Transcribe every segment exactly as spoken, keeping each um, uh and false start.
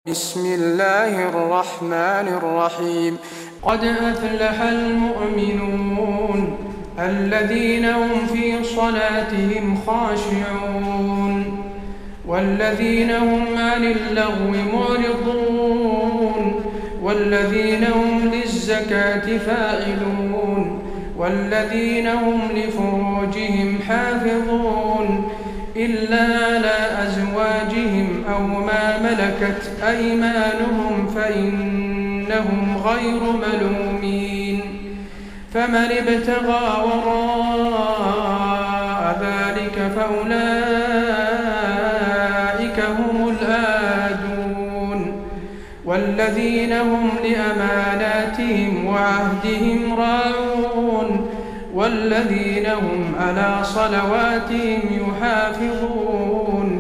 بسم الله الرحمن الرحيم. قد أفلح المؤمنون الذين هم في صلاتهم خاشعون والذين هم عن اللغو معرضون والذين هم للزكاة فاعلون والذين هم لفروجهم حافظون إلا على أزواجهم أو ما ملكت أيمانهم فإنهم غير ملومين. فمن ابتغى وراء ذلك فأولئك هم العادون والذين هم لأماناتهم وعهدهم راعون والذين هم على صلواتهم يحافظون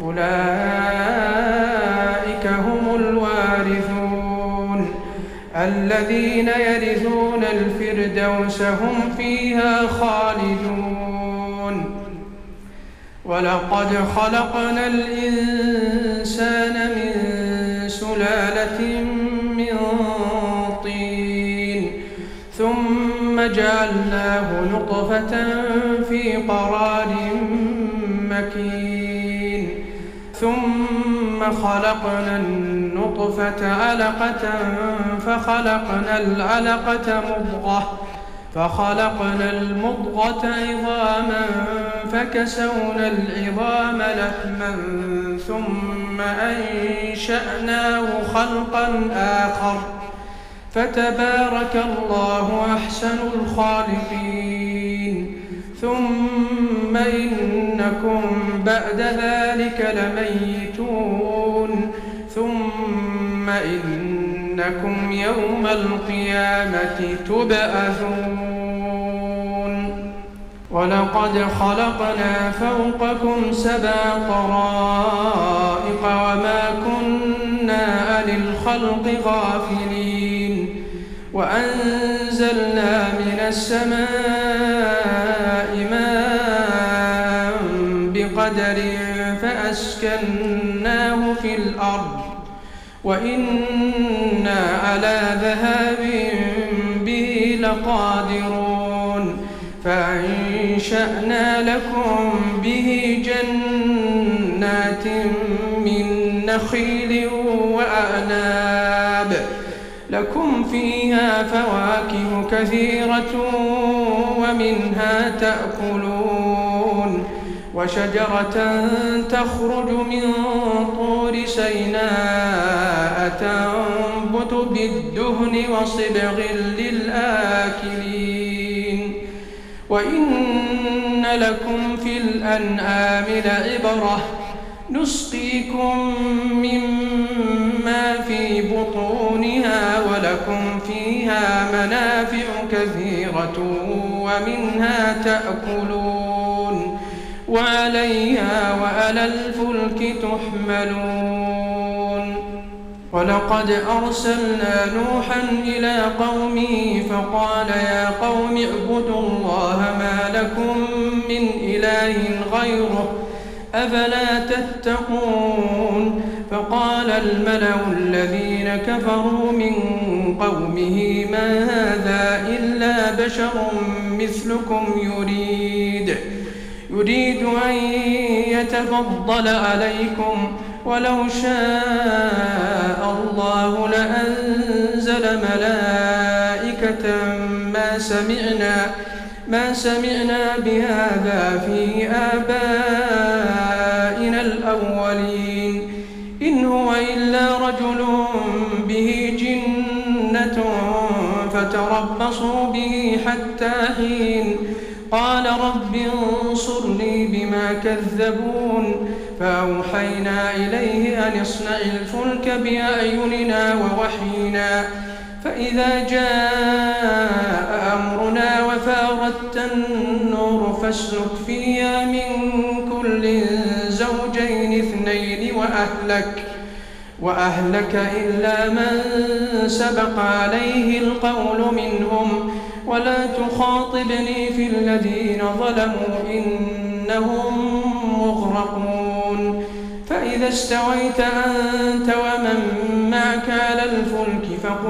أولئك هم الوارثون الذين يرثون الفردوس هم فيها خالدون. ولقد خلقنا الإنسان من سلالة من طين ثم جعلناه نطفة في قرار مكين ثم خلقنا النطفة علقة فخلقنا العلقة مضغة فخلقنا المضغة عظاما فكسونا العظام لحما ثم أنشأناه خلقا آخر فتبارك الله أحسن الخالقين. ثم إنكم بعد ذلك لميتون ثم إنكم يوم القيامة تبعثون. ولقد خلقنا فوقكم سبع طرائق وما كنا عن الخلق غافلين وأنزلنا من السماء ماء بقدر فأسكناه في الأرض وإنا على ذهاب به لقادرون فأنشأنا لكم به جنات من نخيل وأعناب لكم فيها فواكه كثيرة ومنها تأكلون وشجرة تخرج من طور سيناء تنبت بالدهن وصبغ للآكلين. وإن لكم في الأنعام لعبرة نسقيكم مما في بطونها ولكم فيها منافع كثيرة ومنها تأكلون وعليها وعلى الفلك تحملون. ولقد أرسلنا نوحا إلى قومه فقال يا قوم اعبدوا الله ما لكم من إله غيره أفلا تتقون. فقال الملأ الذين كفروا من قومه ما هذا إلا بشر مثلكم يريد يريد أن يتفضل عليكم ولو شاء الله لأنزل ملائكة ما سمعنا ما سمعنا بهذا في آبائنا الأولين إن هو إلا رجل به جنة فتربصوا به حتى حين. قال رب انصرني بما كذبون فأوحينا إليه أن اصنع الفلك بأعيننا ووحينا فإذا جاء أمرنا وفارت النور فاسلك فيها من كل زوجين اثنين وأهلك وأهلك إلا من سبق عليه القول منهم ولا تخاطبني في الذين ظلموا إنهم مغرقون. فإذا استويت أنت ومن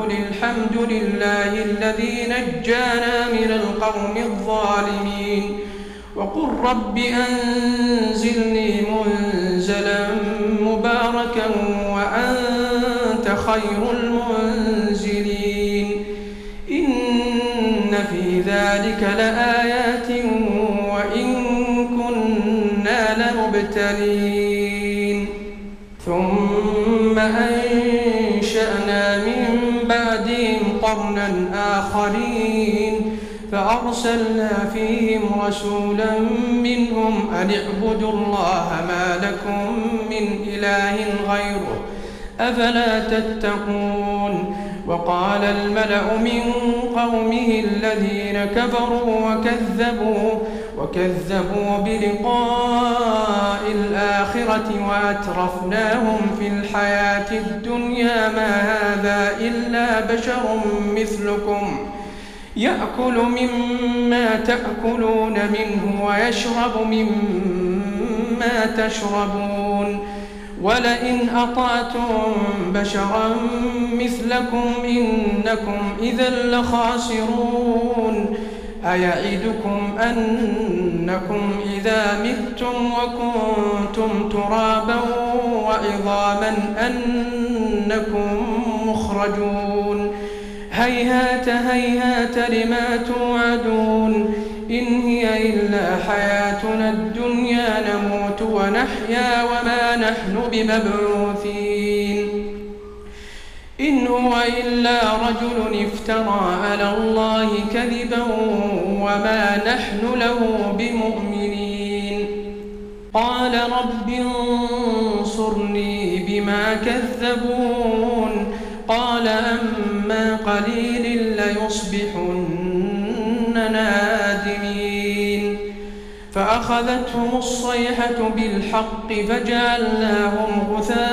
وقل الحمد لله الذي نجانا من القوم الظالمين وقل رب أنزلني منزلا مباركا وأنت خير المنزلين إن في ذلك لآيات وإن كنا لمبتلين ثم أنشأنا من بعدهم قرنا آخرين فأرسلنا فيهم رسولا منهم أن اعبدوا الله ما لكم من إله غيره أفلا تتقون وقال الملأ من قومه الذين كفروا وكذبوا وكذبوا بلقاء الآخرة وأترفناهم في الحياة الدنيا ما هذا إلا بشر مثلكم يأكل مما تأكلون منه ويشرب مما تشربون ولئن أطعتم بشرا مثلكم إنكم إذا لخاسرون أيعدكم أنكم إذا متم وكنتم ترابا وعظاما أنكم مخرجون هيهات هيهات لما توعدون إن هي إلا حياتنا الدنيا نموت ونحيا وما نحن بمبعوثين إن هو إلا رجل افترى على الله كذبا وما نحن له بمؤمنين قال رب انصرني بما كذبون قال أما قليل ليصبحن نادمين فأخذتهم الصيحة بالحق فجعلناهم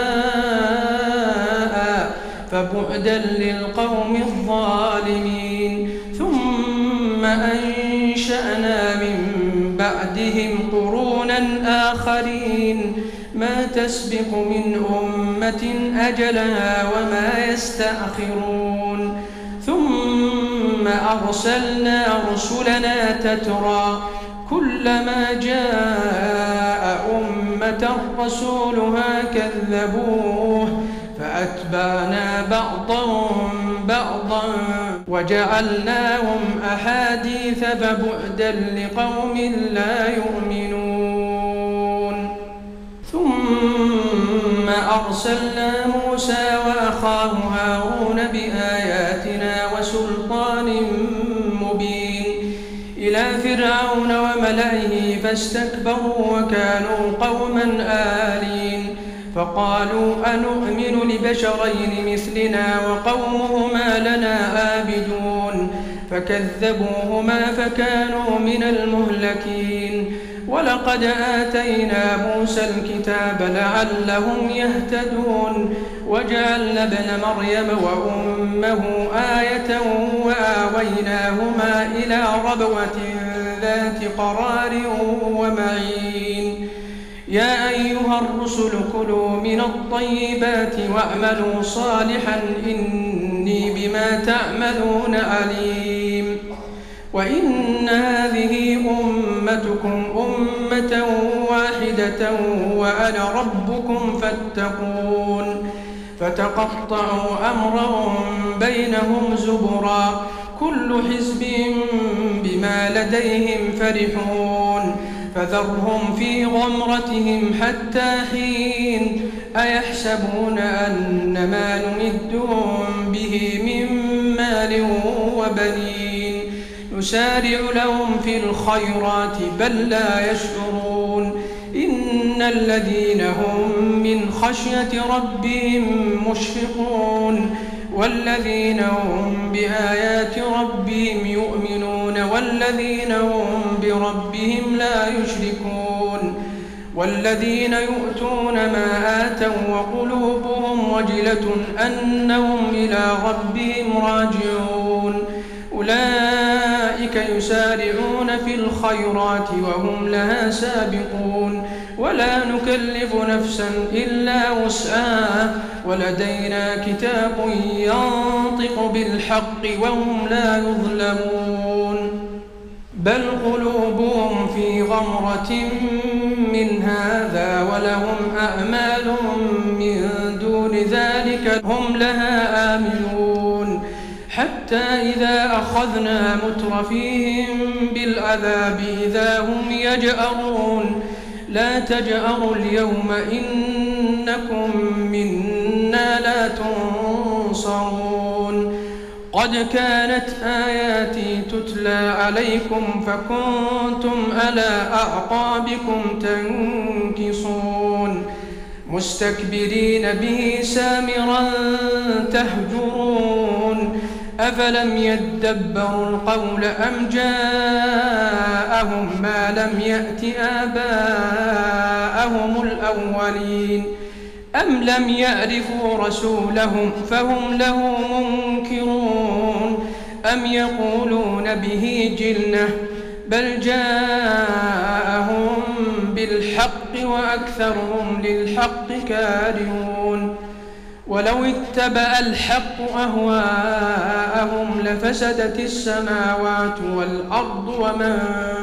غثاء فبعدا للقوم الظالمين ثم أنشأنا من بعدهم قرونا آخرين ما تسبق من أمة أجلها وما يستأخرون ثم أرسلنا رسلنا تترى كلما جاء أمة رسولها كذبوه فأتبعنا بعضهم بعضا وجعلناهم أحاديث فبعدا لقوم لا يؤمنون ثم أرسلنا موسى وأخاه هارون بآياتنا وسلطان مبين إلى فرعون وملئه فاستكبروا وكانوا قوما آلين فقالوا أنؤمن لبشرين مثلنا وقومهما لنا عابدون فكذبوهما فكانوا من المهلكين ولقد آتينا موسى الكتاب لعلهم يهتدون وجعلنا ابن مريم وأمه آية وآويناهما إلى ربوة ذات قرار ومعين يا أيها الرسل كلوا من الطيبات واعملوا صالحا إني بما تعملون عليم وإن هذه أمتكم أمة واحدة وأنا ربكم فاتقون فتقطعوا أمرهم بينهم زبرا كل حزب بما لديهم فرحون فذرهم في غمرتهم حتى حين أيحسبون أن ما نمدهم به من مال وبنين نسارع لهم في الخيرات بل لا يشعرون إن الذين هم من خشية ربهم مشفقون والذين هم بآيات ربهم يؤمنون والذين هم بربهم لا يشركون والذين يؤتون ما آتوا وقلوبهم وجلة أنهم إلى ربهم راجعون أولئك يسارعون في الخيرات وهم لها سابقون ولا نكلف نفسا إلا وسعها ولدينا كتاب ينطق بالحق وهم لا يظلمون بل قلوبهم في غمرة من هذا ولهم أعمال من دون ذلك هم لها آمنون حتى إذا أخذنا مترفيهم بالعذاب إذا هم يجأرون لا تجأروا اليوم إنكم منا لا تنصرون قد كانت آياتي تتلى عليكم فكنتم على أعقابكم تنكصون مستكبرين به سامرا تهجرون أفلم يدبروا القول أم جاءهم ما لم يأت آباءهم الأولين أم لم يعرفوا رسولهم فهم له منكرون أم يقولون به جنة بل جاءهم بالحق وأكثرهم للحق كارهون ولو اتبع الحق أهواءهم لفسدت السماوات والأرض ومن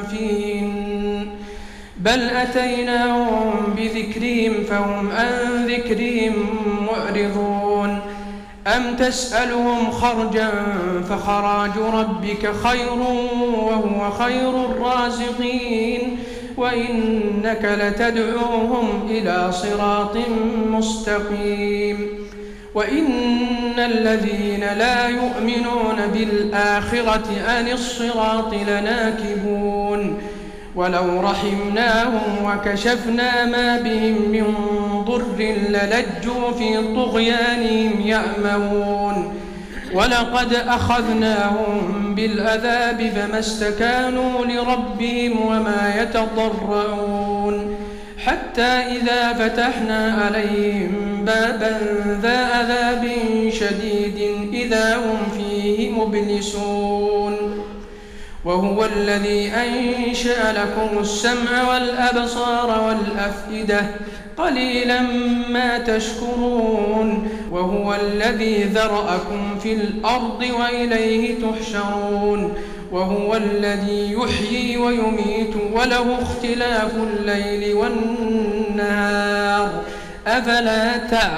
فيهن بل أتيناهم بذكرهم فهم عن ذكرهم معرضون أم تسألهم خرجا فخراج ربك خير وهو خير الرازقين وإنك لتدعوهم إلى صراط مستقيم وإن الذين لا يؤمنون بالآخرة عن الصراط لناكبون ولو رحمناهم وكشفنا ما بهم من ضر للجوا في طغيانهم يعمهون ولقد أخذناهم بالعذاب فما استكانوا لربهم وما يتضرعون حتى إذا فتحنا عليهم بابا ذا عذاب شديد إذا هم فيه مبلسون وهو الذي أنشأ لكم السمع والأبصار والأفئدة قليلا ما تشكرون وهو الذي ذرأكم في الأرض وإليه تحشرون وهو الذي يحيي ويميت وله اختلاف الليل والنهار أفلا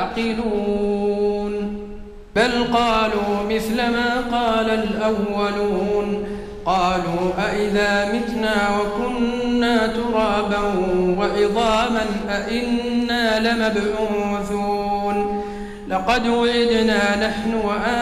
تعقلون بل قالوا مثل ما قال الأولون قالوا أئذا متنا وكنا ترابا وعظاما أئنا لمبعوثون لقد وعدنا نحن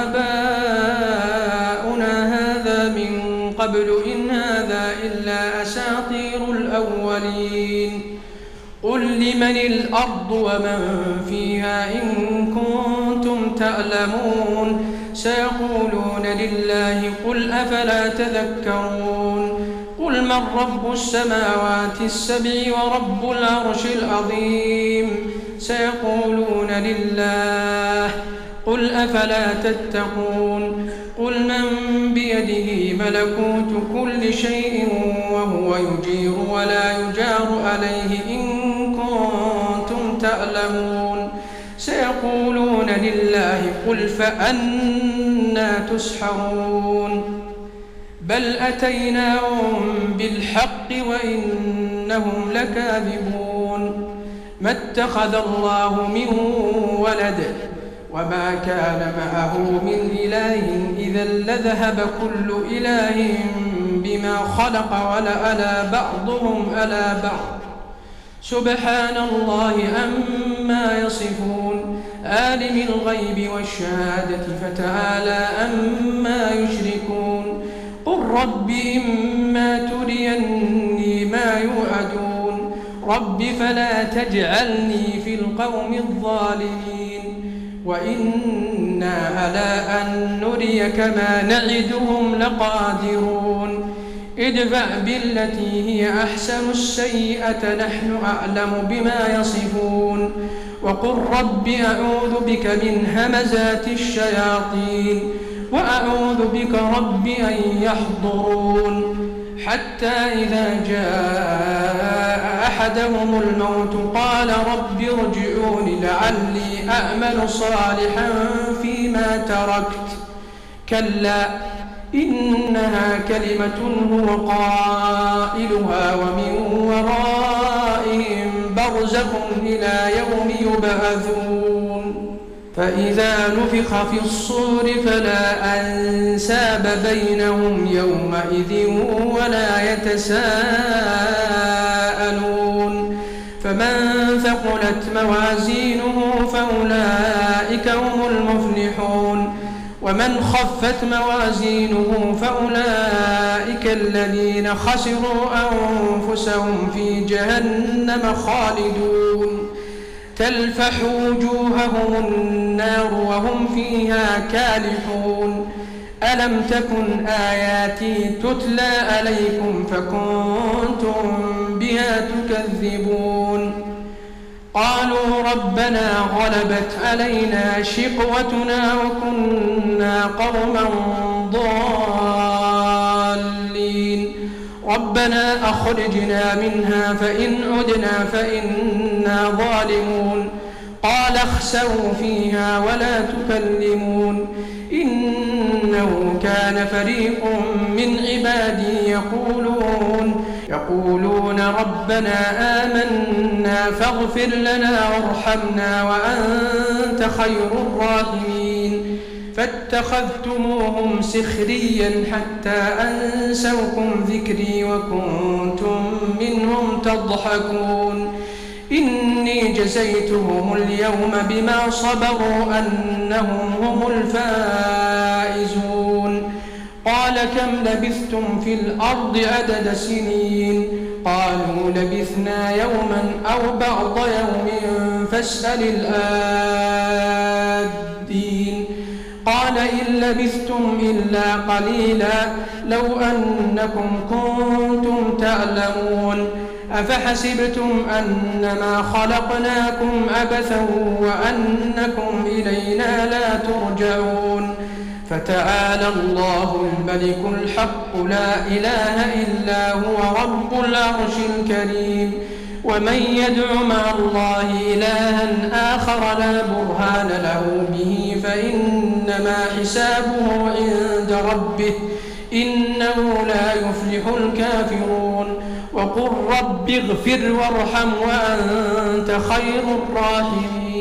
وآباؤنا هذا من قبل إن هذا إلا أساطير الأولين قل لمن الأرض ومن فيها إن كنتم تعلمون سيقولون لله قل أفلا تذكرون قل من رب السماوات السبع ورب العرش العظيم سيقولون لله قل أفلا تتقون قل من بيده ملكوت كل شيء وهو يجير ولا يجار عليه إن كنتم تعلمون سيقولون لله قل فأنى تسحرون بل أتيناهم بالحق وإنهم لكاذبون ما اتخذ الله من ولد وما كان معه من إله إذا لذهب كل إله بما خلق ولعلى بعضهم على بعض سبحان الله عما يصفون عالم الغيب والشهادة فتعالى عما يشركون قل رب إما تريني ما يوعدون رب فلا تجعلني في القوم الظالمين وإنا على أن نريك ما نعدهم لقادرون ادفع بالتي هي أحسن السيئة نحن أعلم بما يصفون وقل رب أعوذ بك من همزات الشياطين وأعوذ بك رب أن يحضرون حتى إذا جاء أحدهم الموت قال رب ارجعون لعلي أعمل صالحا فيما تركت كلا إنها كلمة هو قائلها ومن ورائهم برزخ إلى يوم يبعثون فإذا نفخ في الصور فلا أنساب بينهم يومئذ ولا يتساءلون فمن ثقلت موازينه فأولئك هم المفلحون ومن خفت موازينه فأولئك الذين خسروا أنفسهم في جهنم خالدون تلفح وجوههم النار وهم فيها كالحون ألم تكن آياتي تتلى عليكم فكنتم بها تكذبون قالوا ربنا غلبت علينا شقوتنا وكنا قوما ضالين ربنا أخرجنا منها فإن عدنا فإنا ظالمون قال اخسئوا فيها ولا تكلمون إنه كان فريق من عبادي يقولون يقولون ربنا آمنا فاغفر لنا وارحمنا وأنت خير الراحمين فاتخذتموهم سخريا حتى أنسوكم ذكري وكنتم منهم تضحكون إني جزيتهم اليوم بما صبروا أنهم هم الفائزون قال كم لبثتم في الأرض عدد سنين قالوا لبثنا يوما أو بعض يوم فاسأل الآدين قال إن لبثتم إلا قليلا لو أنكم كنتم تعلمون أفحسبتم أنما خلقناكم عبثا وأنكم إلينا لا ترجعون فتعالى الله الملك الحق لا إله إلا هو رب العرش الكريم ومن يدع مع الله إلها آخر لا برهان له به فإنما حسابه عند ربه إنه لا يفلح الكافرون وقل رب اغفر وارحم وأنت خير الراحمين